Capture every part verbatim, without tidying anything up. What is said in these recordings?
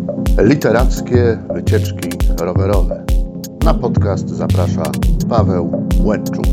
Literackie wycieczki rowerowe. Na podcast zaprasza Paweł Łęczuk.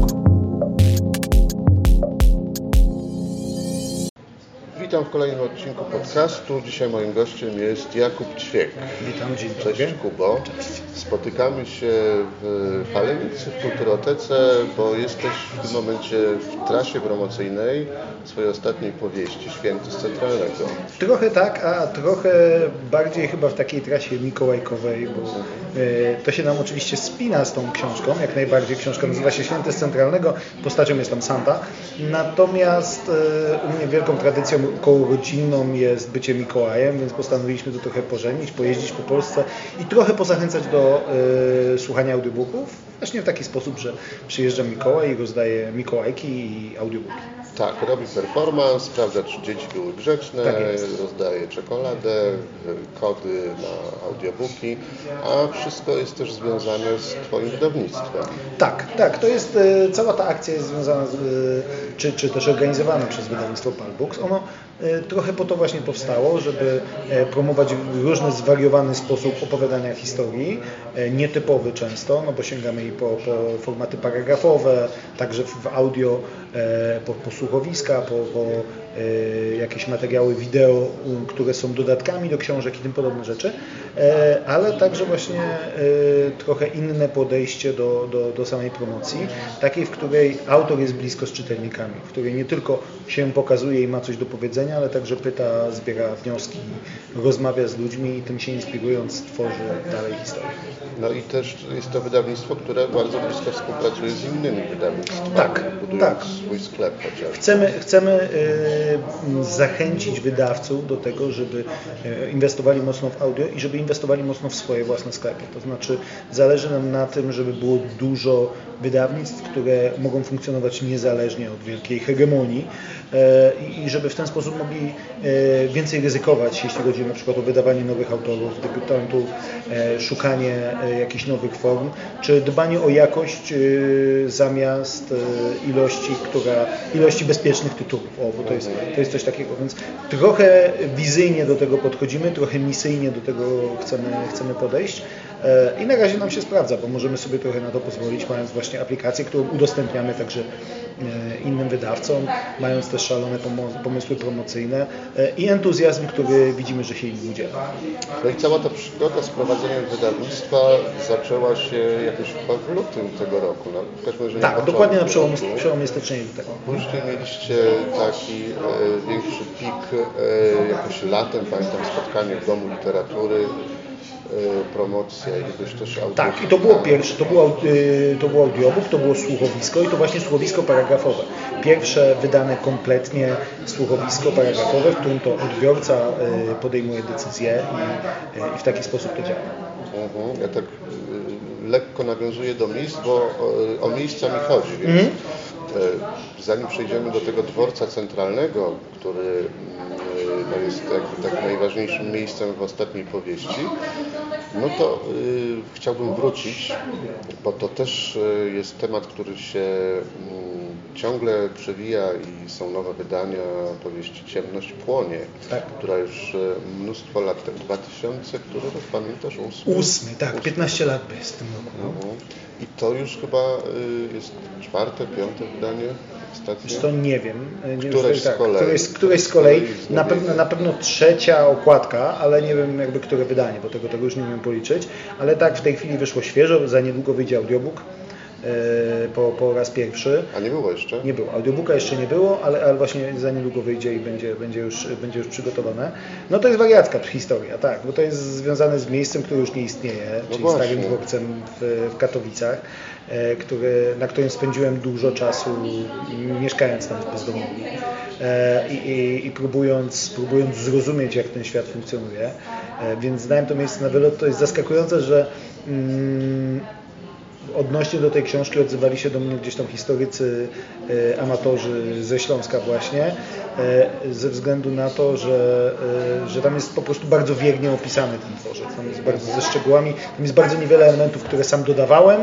Witam w kolejnym odcinku podcastu. Dzisiaj moim gościem jest Jakub Ćwiek. Witam, dzień dobry. Cześć Kubo. Cześć. Spotykamy się w Falenicy, w Kulturotece, bo jesteś w tym momencie w trasie promocyjnej swojej ostatniej powieści Święty z Centralnego. Trochę tak, a trochę bardziej chyba w takiej trasie mikołajkowej, bo y, to się nam oczywiście spina z tą książką, jak najbardziej. Książka nazywa się Święty z Centralnego, postacią jest tam Santa. Natomiast y, u mnie wielką tradycją kołorodzinną jest bycie Mikołajem, więc postanowiliśmy to trochę pożenić, pojeździć po Polsce i trochę pozachęcać do y, słuchania audiobooków. Właśnie w taki sposób, że przyjeżdża Mikołaj i rozdaje Mikołajki i audiobooki. Tak, robi performance, sprawdza, czy dzieci były grzeczne, tak rozdaje czekoladę, kody na audiobooki, a wszystko jest też związane z Twoim wydawnictwem. Tak, tak, to jest, cała ta akcja jest związana z, czy, czy też organizowana przez wydawnictwo Palbooks. Ono trochę po to właśnie powstało, żeby promować w różny zwariowany sposób opowiadania historii, nietypowy często, no bo sięgamy i po, po formaty paragrafowe, także w audio, po, po słuchowiska, po, po jakieś materiały wideo, które są dodatkami do książek i tym podobne rzeczy, ale także właśnie trochę inne podejście do, do, do samej promocji, takiej, w której autor jest blisko z czytelnikami, w której nie tylko się pokazuje i ma coś do powiedzenia, ale także pyta, zbiera wnioski, rozmawia z ludźmi i tym się inspirując tworzy dalej historię. No i też jest to wydawnictwo, które bardzo blisko współpracuje z innymi wydawnictwami, tak, budując tak. swój sklep chociażby. Chcemy, chcemy y, zachęcić wydawców do tego, żeby y, inwestowali mocno w audio i żeby inwestowali mocno w swoje własne sklepy. To znaczy zależy nam na tym, żeby było dużo wydawnictw, które mogą funkcjonować niezależnie od wielkiej hegemonii y, i żeby w ten sposób mogli y, więcej ryzykować, jeśli chodzi na przykład o wydawanie nowych autorów, debiutantów, y, szukanie y, jakichś nowych form, czy dbanie o jakość y, zamiast y, ilości, która, ilości bezpiecznych tytułów. O, bo to jest, to jest coś takiego, więc trochę wizyjnie do tego podchodzimy, trochę misyjnie do tego chcemy, chcemy podejść i na razie nam się sprawdza, bo możemy sobie trochę na to pozwolić, mając właśnie aplikację, którą udostępniamy także innym wydawcom, mając też szalone pomysły promocyjne i entuzjazm, który widzimy, że się im udziela. No i cała ta przygoda z prowadzeniem wydawnictwa zaczęła się jakoś w lutym tego roku. No, w każdym razie tak, na dokładnie na przełomie, przełomie stycznia i lutego. Później mieliście taki e, większy pik e, jakoś latem, pamiętam spotkanie w Domu Literatury, promocja jakiegoś też audio. Tak, i to było pierwsze, to było, to było audiobook, to było słuchowisko i to właśnie słuchowisko paragrafowe. Pierwsze wydane kompletnie słuchowisko paragrafowe, w którym to odbiorca podejmuje decyzję i, i w taki sposób to działa. Mhm. Ja tak lekko nawiązuję do miejsc, bo o, o miejsca mi chodzi, więc mhm. zanim przejdziemy do tego dworca centralnego, który no jest jakby tak najważniejszym miejscem w ostatniej powieści, no to y, chciałbym wrócić, bo to też y, jest temat, który się y, ciągle przewija i są nowe wydania powieści Ciemność płonie, tak. która już y, mnóstwo lat, tak dwa tysiące, który rok pamiętasz? Ósmy? Ósmy, tak, ósmy. piętnaście lat jest w tym roku. Mhm. I to już chyba y, jest czwarte, piąte wydanie? Wiesz to nie wiem. Nie któreś, wiem z kolei, któreś, któreś z kolei. Na pewno, na pewno trzecia okładka, ale nie wiem jakby które wydanie, bo tego, tego już nie umiem policzyć. Ale tak, w tej chwili wyszło świeżo, za niedługo wyjdzie audiobook yy, po, po raz pierwszy. A nie było jeszcze? Nie było. Audiobooka jeszcze nie było, ale, ale właśnie za niedługo wyjdzie i będzie, będzie, już, będzie już przygotowane. No to jest wariacka historia, tak, bo to jest związane z miejscem, które już nie istnieje, no czyli właśnie. Starym dworcem w, w Katowicach. Który, na którym spędziłem dużo czasu mieszkając tam w bezdomowi i, i, i próbując, próbując zrozumieć, jak ten świat funkcjonuje, więc znałem to miejsce na wylot. To jest zaskakujące, że mm, odnośnie do tej książki odzywali się do mnie gdzieś tam historycy, e, amatorzy ze Śląska właśnie, e, ze względu na to, że, e, że tam jest po prostu bardzo wiernie opisany ten dworzec, tam jest bardzo ze szczegółami, tam jest bardzo niewiele elementów, które sam dodawałem,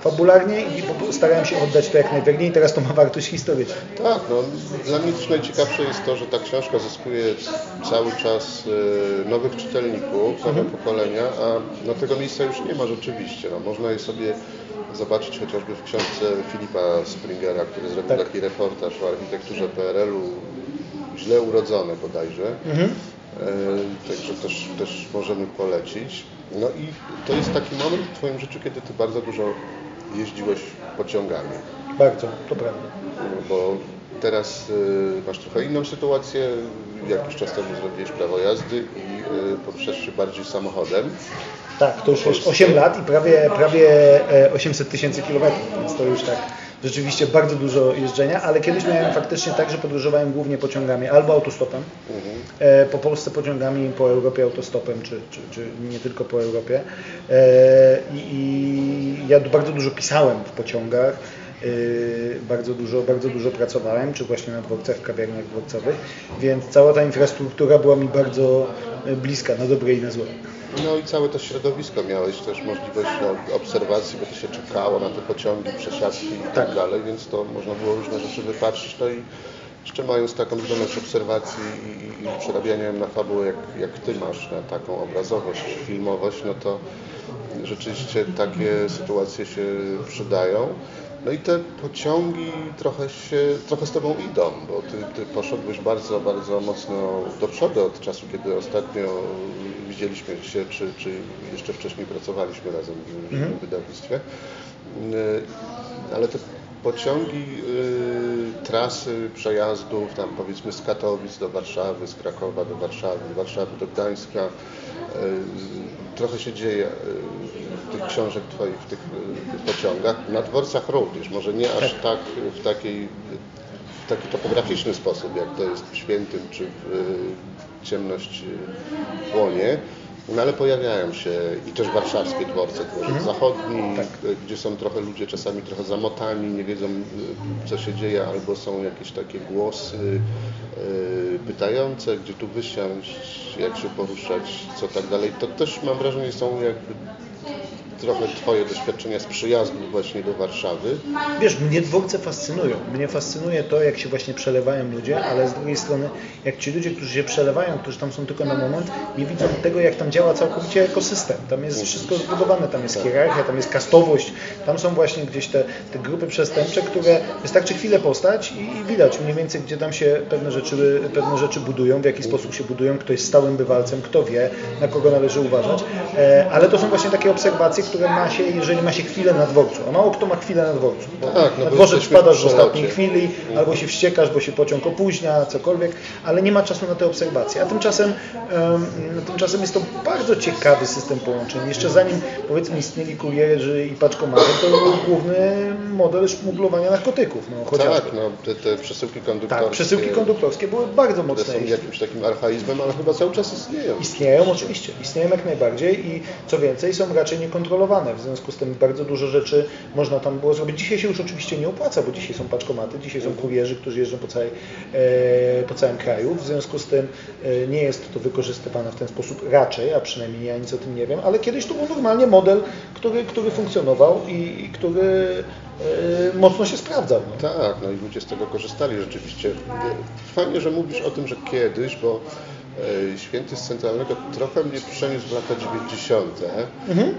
fabularnie i starałem się oddać to jak najwierniej i teraz to ma wartość historyczną. Tak, no, dla mnie też najciekawsze jest to, że ta książka zyskuje cały czas y, nowych czytelników, nowe mhm. pokolenia, a no, tego miejsca już nie ma rzeczywiście. No, można je sobie zobaczyć chociażby w książce Filipa Springera, który zrobił tak. taki reportaż o architekturze P R L u, źle urodzone bodajże. Mhm. E, także też, też możemy polecić. No i to jest taki moment w Twoim życiu, kiedy Ty bardzo dużo jeździłeś pociągami. Bardzo, to prawda. Bo teraz y, masz trochę inną sytuację. Jakiś czas temu zrobiłeś prawo jazdy i y, poruszasz się bardziej samochodem. Tak, to już jest osiem lat i prawie, prawie osiemset tysięcy kilometrów, więc to już tak rzeczywiście bardzo dużo jeżdżenia, ale kiedyś miałem faktycznie tak, że podróżowałem głównie pociągami albo autostopem, mhm. e, po Polsce pociągami, po Europie autostopem, czy, czy, czy nie tylko po Europie. E, i, I ja bardzo dużo pisałem w pociągach, e, bardzo dużo, bardzo dużo pracowałem, czy właśnie na dworcach, w kawiarniach dworcowych, więc cała ta infrastruktura była mi bardzo bliska, na dobre i na złe. No i całe to środowisko, miałeś też możliwość no, obserwacji, bo to się czekało na te pociągi, przesiadki i tak dalej, więc to można było różne rzeczy wypatrzyć. No i jeszcze mając taką zdolność obserwacji i, i przerabiania na fabułę, jak, jak Ty masz, na taką obrazowość, filmowość, no to rzeczywiście takie sytuacje się przydają. No i te pociągi trochę się, trochę z Tobą idą, bo Ty, ty poszedłeś bardzo, bardzo mocno do przodu od czasu, kiedy ostatnio widzieliśmy się, czy, czy jeszcze wcześniej pracowaliśmy razem w mhm. wydawnictwie. Ale te pociągi, y, trasy przejazdów, tam powiedzmy z Katowic do Warszawy, z Krakowa do Warszawy, z Warszawy do Gdańska, y, trochę się dzieje w tych książek Twoich, w tych, w tych pociągach. Na dworcach również, może nie aż tak w takiej, w taki topograficzny sposób, jak to jest w Świętym czy w Ciemność płonie. No ale pojawiają się i też warszawskie dworce, dworzec mhm. zachodni, tak. gdzie są trochę ludzie czasami trochę zamotani, nie wiedzą co się dzieje, albo są jakieś takie głosy yy, pytające, gdzie tu wysiąść, jak się poruszać, co tak dalej. To też mam wrażenie są jakby trochę Twoje doświadczenia z przyjazdu właśnie do Warszawy. Wiesz, mnie dworce fascynują. Mnie fascynuje to, jak się właśnie przelewają ludzie, ale z drugiej strony, jak ci ludzie, którzy się przelewają, którzy tam są tylko na moment, nie widzą tego, jak tam działa całkowicie ekosystem. Tam jest wszystko zbudowane, tam jest hierarchia, tam jest kastowość, tam są właśnie gdzieś te, te grupy przestępcze, które wystarczy chwilę postać i widać mniej więcej, gdzie tam się pewne rzeczy, pewne rzeczy budują, w jaki sposób się budują, kto jest stałym bywalcem, kto wie, na kogo należy uważać. Ale to są właśnie takie obserwacje, które ma się, jeżeli ma się chwilę na dworcu, a mało kto ma chwilę na dworcu. Bo tak, no na dworzec wpadasz w ostatniej chwili, albo się wściekasz, bo się pociąg opóźnia, cokolwiek, ale nie ma czasu na te obserwacje. A tymczasem, um, tymczasem jest to bardzo ciekawy system połączeń. Jeszcze zanim, powiedzmy, istnieli kurierzy i paczkomaty, to był główny model szmuglowania narkotyków. No, chociażby. Tak, no, te, te przesyłki konduktorskie. Tak, przesyłki konduktorskie były bardzo mocne. Które są jakimś takim archaizmem, ale chyba cały czas istnieją. Istnieją, oczywiście. Istnieją jak najbardziej i co więcej, są raczej niekontrolowane. W związku z tym bardzo dużo rzeczy można tam było zrobić. Dzisiaj się już oczywiście nie opłaca, bo dzisiaj są paczkomaty, dzisiaj są kurierzy, którzy jeżdżą po, całej, e, po całym kraju. W związku z tym e, nie jest to wykorzystywane w ten sposób raczej, a przynajmniej ja nic o tym nie wiem, ale kiedyś to był normalnie model, który, który funkcjonował i, i który e, mocno się sprawdzał. No. Tak, no i ludzie z tego korzystali rzeczywiście. Fajnie, że mówisz o tym, że kiedyś, bo Święty z Centralnego trochę mnie przeniósł w lata dziewięćdziesiąte mhm.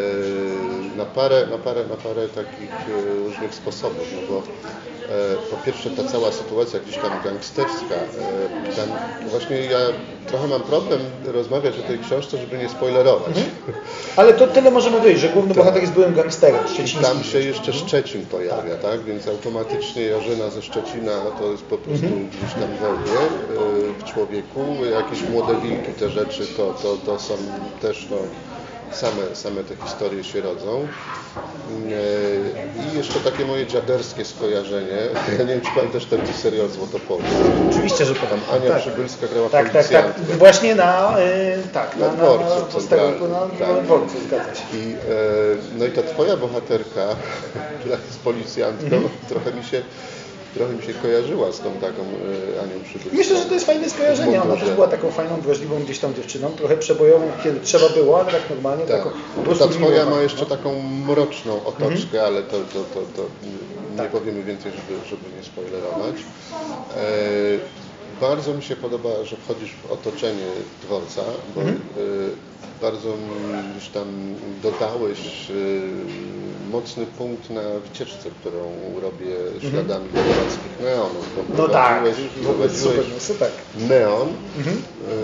na parę, na parę, na parę takich różnych sposobów, no bo po pierwsze ta cała sytuacja gdzieś tam gangsterska, tam właśnie ja trochę mam problem rozmawiać o tej książce, żeby nie spoilerować. Mhm. Ale to tyle możemy wyjść, że główny bohater jest byłym gangsterem szczecińskim. Tam się jeszcze Szczecin pojawia, tak? Więc automatycznie Jarzyna ze Szczecina to jest po prostu mhm. gdzieś tam we mnie, w człowieku. Jakieś młode wilki, te rzeczy, to, to, to są też no, same, same te historie się rodzą. I jeszcze takie moje dziaderskie skojarzenie. Ja nie wiem, czy pamiętasz ten serial Złotopolski. Oczywiście, że pamiętam. Ania tak. Przybylska grała tak, policjantkę. Tak, tak. Właśnie na, yy, tak, na, na dworcu. Na, posterunku, na, tak. na dworcu, zgadza się. I, e, no i ta twoja bohaterka, która jest policjantką, mm-hmm. trochę mi się trochę mi się kojarzyła z tą taką y, Anią Przybylską. Myślę, że to jest fajne skojarzenie. Ona też była taką fajną, wrażliwą gdzieś tam dziewczyną, trochę przebojową, kiedy trzeba było, ale tak normalnie. Tak. Taką, Ta twoja miłową, ma jeszcze no? taką mroczną otoczkę, mhm. ale to, to, to, to nie tak. powiemy więcej, żeby, żeby nie spoilerować. E, bardzo mi się podoba, że wchodzisz w otoczenie dworca, bo mhm. e, bardzo mi już tam dodałeś e, mocny punkt na wycieczce, którą robię śladami chorwackich mhm. neonów. No tak, prowadziłeś super. Neon. Mhm.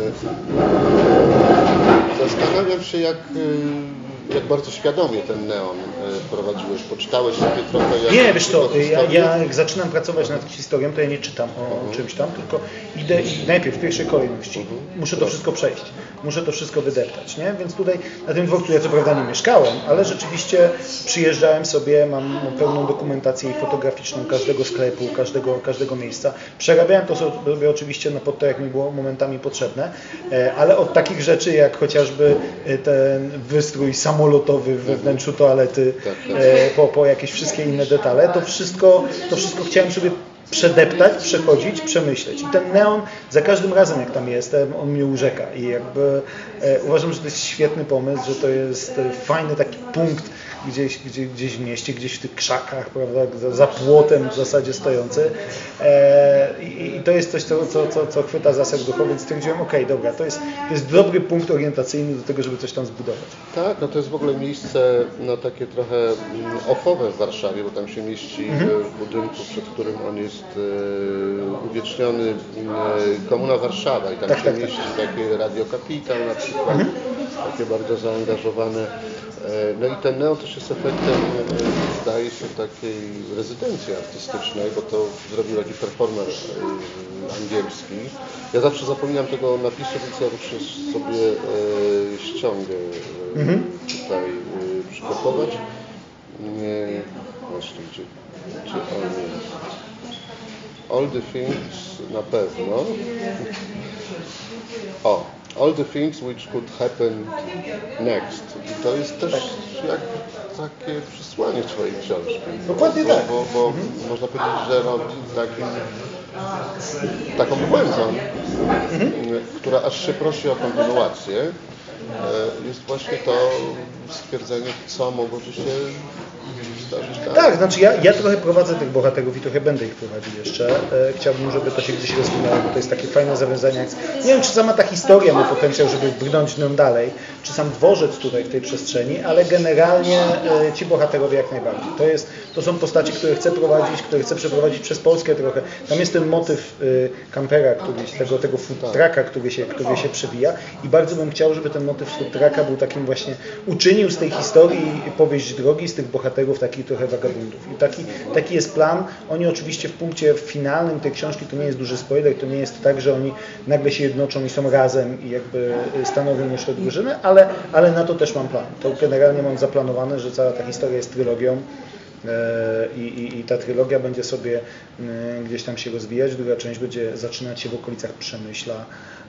E, zastanawiam się, jak jak bardzo świadomie ten neon prowadziłeś, poczytałeś sobie trochę... Jak nie, wiesz to, ja, ja jak zaczynam pracować nad historią, to ja nie czytam o uh-huh. czymś tam, tylko idę i najpierw w pierwszej kolejności uh-huh. muszę to wszystko przejść, muszę to wszystko wydeptać, nie? Więc tutaj na tym dworcu ja co prawda nie mieszkałem, ale rzeczywiście przyjeżdżałem sobie, mam pełną dokumentację fotograficzną każdego sklepu, każdego, każdego miejsca. Przerabiałem to sobie oczywiście na pod to, jak mi było momentami potrzebne, ale od takich rzeczy jak chociażby ten wystrój samolotowy we wnętrzu toalety, tak, tak. Po, po jakieś wszystkie inne detale, to wszystko, to wszystko chciałem sobie przedeptać, przechodzić, przemyśleć. I ten neon za każdym razem, jak tam jestem, on mnie urzeka. I jakby e, uważam, że to jest świetny pomysł, że to jest fajny taki punkt gdzieś, gdzieś, gdzieś w mieście, gdzieś w tych krzakach, prawda, za, za płotem w zasadzie stojący. E, i, I to jest coś, co, co, co, co chwyta za serducho, więc stwierdziłem, okej, okay, dobra, to jest, to jest dobry punkt orientacyjny do tego, żeby coś tam zbudować. Tak, no to jest w ogóle miejsce no, takie trochę ofowe w Warszawie, bo tam się mieści mhm. w budynku, przed którym on jest e, uwieczniony e, Komuna Warszawa i tam tak, się tak, mieści tak. takie Radio Kapital na przykład, mhm. takie bardzo zaangażowane. No i ten neon też jest efektem, zdaje się, takiej rezydencji artystycznej, bo to zrobił taki performer angielski. Ja zawsze zapominam tego napisu, więc ja muszę sobie ściągę mhm. tutaj przygotować. Nie, właśnie, czy, czy on jest. All the things na pewno. O, all the things which could happen next. I to jest też jak takie przesłanie twojej książki. Dokładnie tak. Bo, bo, bo mhm. można powiedzieć, że robi takim, taką błędą, mhm. która aż się prosi o kontynuację, jest właśnie to stwierdzenie, co mogłoby się zdarzyć. Tak, tak znaczy ja, ja trochę prowadzę tych bohaterów i trochę będę ich prowadził jeszcze. E, chciałbym, żeby to się gdzieś rozwinęło, bo to jest takie fajne zawiązanie. Nie wiem, czy sama ta historia ma potencjał, żeby brnąć nią dalej, czy sam dworzec tutaj w tej przestrzeni, ale generalnie e, ci bohaterowie jak najbardziej. To, jest, to są postacie, które chcę prowadzić, które chcę przeprowadzić przez Polskę trochę. Tam jest ten motyw e, kampera, który, tego, tego food trucka, który się, który się przewija i bardzo bym chciał, żeby ten motyw food trucka był takim właśnie, uczynił z tej historii powieść drogi, z tych bohaterów takich trochę wagabundów. I taki, taki jest plan. Oni oczywiście w punkcie finalnym tej książki, to nie jest duży spoiler, to nie jest tak, że oni nagle się jednoczą i są razem i jakby stanowią jeszcze drużynę, ale, ale na to też mam plan. To generalnie mam zaplanowane, że cała ta historia jest trylogią. I, i, i ta trylogia będzie sobie gdzieś tam się rozwijać, druga część będzie zaczynać się w okolicach Przemyśla.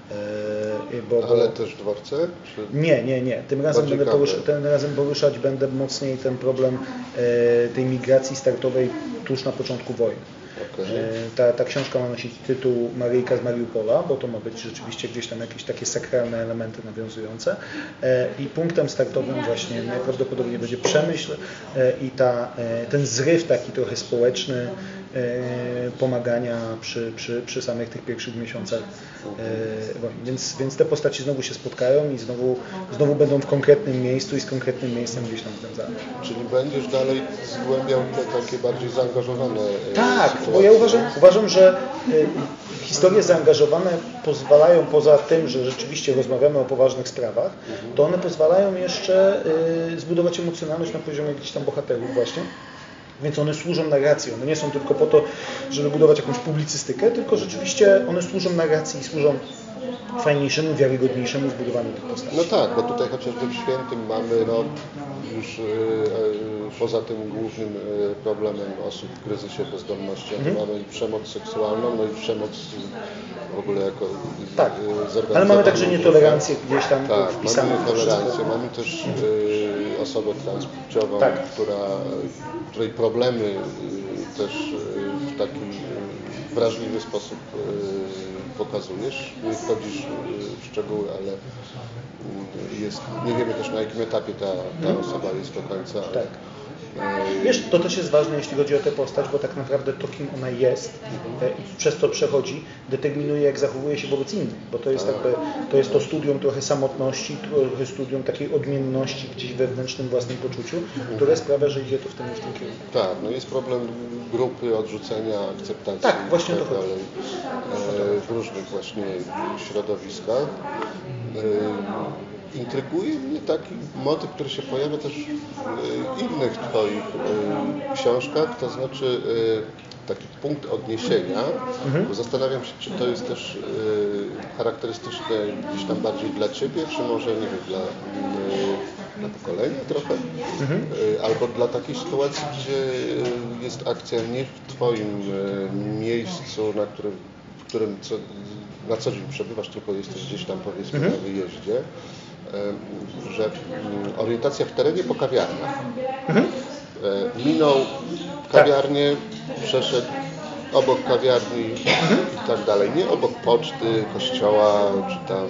Bo, bo... Ale też dworce? Czy... Nie, nie, nie. Tym razem, będę poruszać, tym razem poruszać będę mocniej ten problem e, tej migracji startowej tuż na początku wojny. Okay. E, ta, ta książka ma nosić tytuł Maryjka z Mariupola, bo to ma być rzeczywiście gdzieś tam jakieś takie sakralne elementy nawiązujące. E, I punktem startowym właśnie najprawdopodobniej będzie Przemyśl e, i ta, e, ten zryw taki trochę społeczny, pomagania przy, przy, przy samych tych pierwszych miesiącach wojny. Więc, więc te postaci znowu się spotkają i znowu, znowu będą w konkretnym miejscu i z konkretnym miejscem gdzieś tam związane. Czyli będziesz dalej zgłębiał te takie bardziej zaangażowane Tak, sytuacje. bo ja uważam, uważam, że historie zaangażowane pozwalają, poza tym, że rzeczywiście rozmawiamy o poważnych sprawach, to one pozwalają jeszcze zbudować emocjonalność na poziomie gdzieś tam bohaterów właśnie. Więc one służą narracji, one nie są tylko po to, żeby budować jakąś publicystykę, tylko rzeczywiście one służą narracji i służą fajniejszemu, wiarygodniejszemu zbudowaniu tych postaci. No tak, bo tutaj chociażby w Świętym mamy no, już yy, yy, poza tym głównym yy, problemem osób w kryzysie bezdomności, mhm. mamy i przemoc seksualną, no i przemoc w ogóle jako yy, tak. zorganizowaną. Ale mamy także nietolerancję gdzieś tam tak, wpisaną. Mamy nietolerancję, mamy też yy, osobę transpłciową, tak. która, której problemy yy, też yy, w taki yy, wrażliwy sposób yy, pokazujesz, nie wchodzisz w szczegóły, ale jest, nie wiemy też na jakim etapie ta, ta osoba jest do końca. Ale, tak. Wiesz, to też jest ważne, jeśli chodzi o tę postać, bo tak naprawdę to, kim ona jest i przez to przechodzi, determinuje, jak zachowuje się wobec innych, bo to jest, jakby, to, jest to studium trochę samotności, trochę studium takiej odmienności gdzieś wewnętrznym własnym poczuciu, które sprawia, że idzie to w tym, w tym kierunku. Tak, no jest problem grupy, odrzucenia, akceptacji tak, właśnie i tak to dalej w różnych właśnie środowiskach. Intryguje mnie taki motyw, który się pojawia też w innych Twoich książkach, to znaczy taki punkt odniesienia, mhm. bo zastanawiam się, czy to jest też charakterystyczne gdzieś tam bardziej dla Ciebie, czy może, nie wiem, dla, dla pokolenia trochę, mhm. albo dla takiej sytuacji, gdzie jest akcja nie w Twoim miejscu, na którym, w którym co, na co dzień przebywasz, tylko jesteś gdzieś tam, powiedzmy, mhm. na wyjeździe, że orientacja w terenie po kawiarniach. Mhm. Minął kawiarnię, przeszedł obok kawiarni mhm. i tak dalej. Nie obok poczty, kościoła, czy tam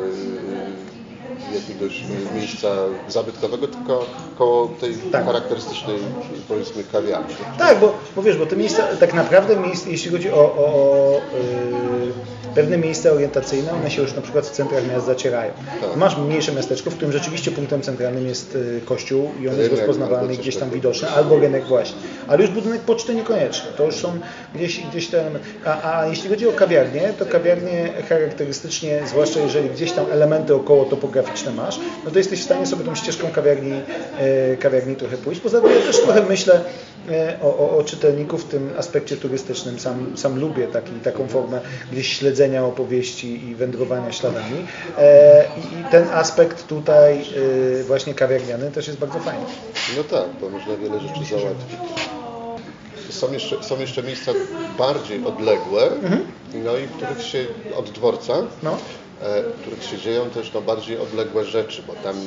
jakiegoś miejsca zabytkowego, tylko koło tej tak. charakterystycznej, powiedzmy, kawiarni. Tak, bo, bo wiesz, bo te miejsca, tak naprawdę miejsce, jeśli chodzi o, o, o yy, pewne miejsca orientacyjne, one się już na przykład w centrach miast zacierają. Tak. Masz mniejsze miasteczko, w którym rzeczywiście punktem centralnym jest y, kościół i on rynek, jest rozpoznawalny, gdzieś tam widoczny, albo rynek właśnie. Ale już budynek poczty niekoniecznie. To już są gdzieś, gdzieś te elementy. A, a jeśli chodzi o kawiarnię, to kawiarnie charakterystycznie, zwłaszcza jeżeli gdzieś tam elementy około topograficzne masz, no to jesteś w stanie sobie tą ścieżką kawiarni, e, kawiarni trochę pójść. Poza tym ja też trochę myślę e, o, o, o czytelniku w tym aspekcie turystycznym. Sam, sam lubię taki, taką formę gdzieś śledzenia opowieści i wędrowania śladami. E, i, I ten aspekt tutaj e, właśnie kawiarniany też jest bardzo fajny. No tak, bo można wiele rzeczy załatwić. Są jeszcze, są jeszcze miejsca bardziej odległe, mhm. no i w których się od dworca, no. w których się dzieją też no, bardziej odległe rzeczy, bo tam y,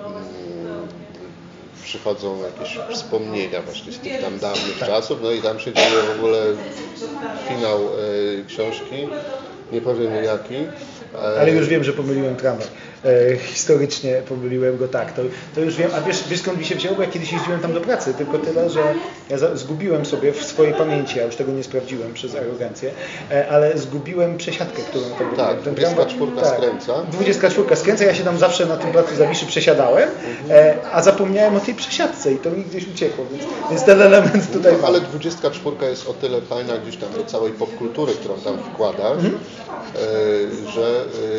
y, przychodzą jakieś wspomnienia właśnie z tych tam dawnych tak. czasów, no i tam się dzieje w ogóle finał y, książki, nie powiem jaki. Ale już wiem, że pomyliłem tramwaj. E, historycznie pomyliłem go tak. To, to już wiem, a wiesz, wiesz skąd mi się wzięło? Bo ja kiedyś jeździłem tam do pracy, tylko tyle, że ja za, zgubiłem sobie w swojej pamięci, ja już tego nie sprawdziłem przez arogancję, e, ale zgubiłem przesiadkę, którą tam byłem. Tak, dwudziestka czwórka tak, skręca. dwudziestka czwórka skręca, ja się tam zawsze na tym placu Zawiszy przesiadałem, e, a zapomniałem o tej przesiadce i to mi gdzieś uciekło, więc, więc ten element tutaj... No, ale dwudziestka czwórka jest o tyle fajna gdzieś tam do całej popkultury, którą tam wkładasz, mhm. e, że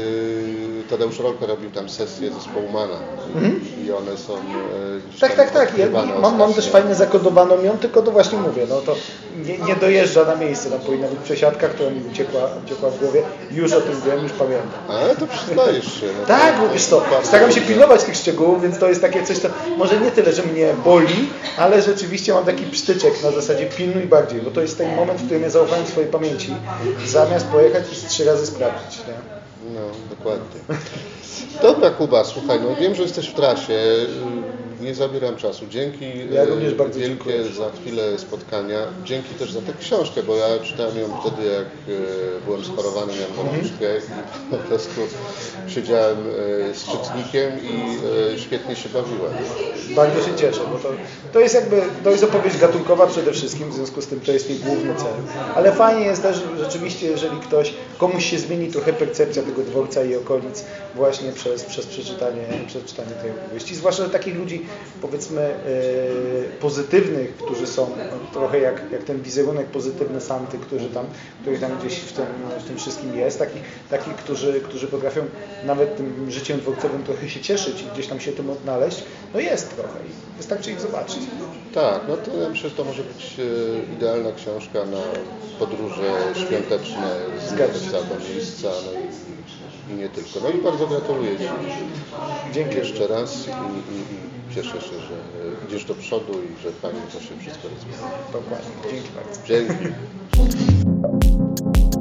e, Tadeusz Rolko robił tam sesję zespołu Mana mhm. i one są e, Tak, tak, tak. Ja mam, mam też fajnie zakodowaną ją, tylko to właśnie mówię, no to nie, nie dojeżdża na miejsce, tam powinna być przesiadka, która mi uciekła, uciekła w głowie. Już o tym wiem, już pamiętam. Ale to przyznajesz się. No tak, bo wiesz to, staram się pilnować tych szczegółów, więc to jest takie coś, co może nie tyle, że mnie boli, ale rzeczywiście mam taki psztyczek na zasadzie pilnuj bardziej, bo to jest ten moment, w którym ja zaufałem swojej pamięci, zamiast pojechać i trzy razy sprawdzić. Nie? No, dokładnie. Dobra, Kuba, słuchaj, no wiem, że jesteś w trasie, nie zabieram czasu. Dzięki ja również bardzo wielkie dziękuję. za chwilę spotkania. Dzięki też za tę książkę, bo ja czytałem ją wtedy, jak byłem schorowany, miałem gorączkę i po prostu siedziałem z czytnikiem i świetnie się bawiłem. Bardzo się cieszę, bo to, to jest jakby, to jest opowieść gatunkowa przede wszystkim, w związku z tym to jest jej główny cel. Ale fajnie jest też rzeczywiście, jeżeli ktoś, komuś się zmieni trochę percepcja tego dworca i okolic właśnie przez, przez przeczytanie, przeczytanie tej opowieści. Zwłaszcza takich ludzi, powiedzmy, yy, pozytywnych, którzy są no, trochę jak, jak ten wizerunek pozytywny Santy, którzy tam, który tam gdzieś w tym, w tym wszystkim jest. Takich, taki, którzy, którzy potrafią nawet tym życiem dworcowym trochę się cieszyć i gdzieś tam się tym odnaleźć. No jest trochę i wystarczy ich zobaczyć. Tak, no to ja myślę, że to może być idealna książka na podróże świąteczne z miejsca do miejsca. No i i nie tylko. No i bardzo gratuluję Ci Dzięki jeszcze raz i, i, i cieszę się, że idziesz do przodu i że Pani to się wszystko rozwija. Dokładnie. Dzięki bardzo. Dzięki.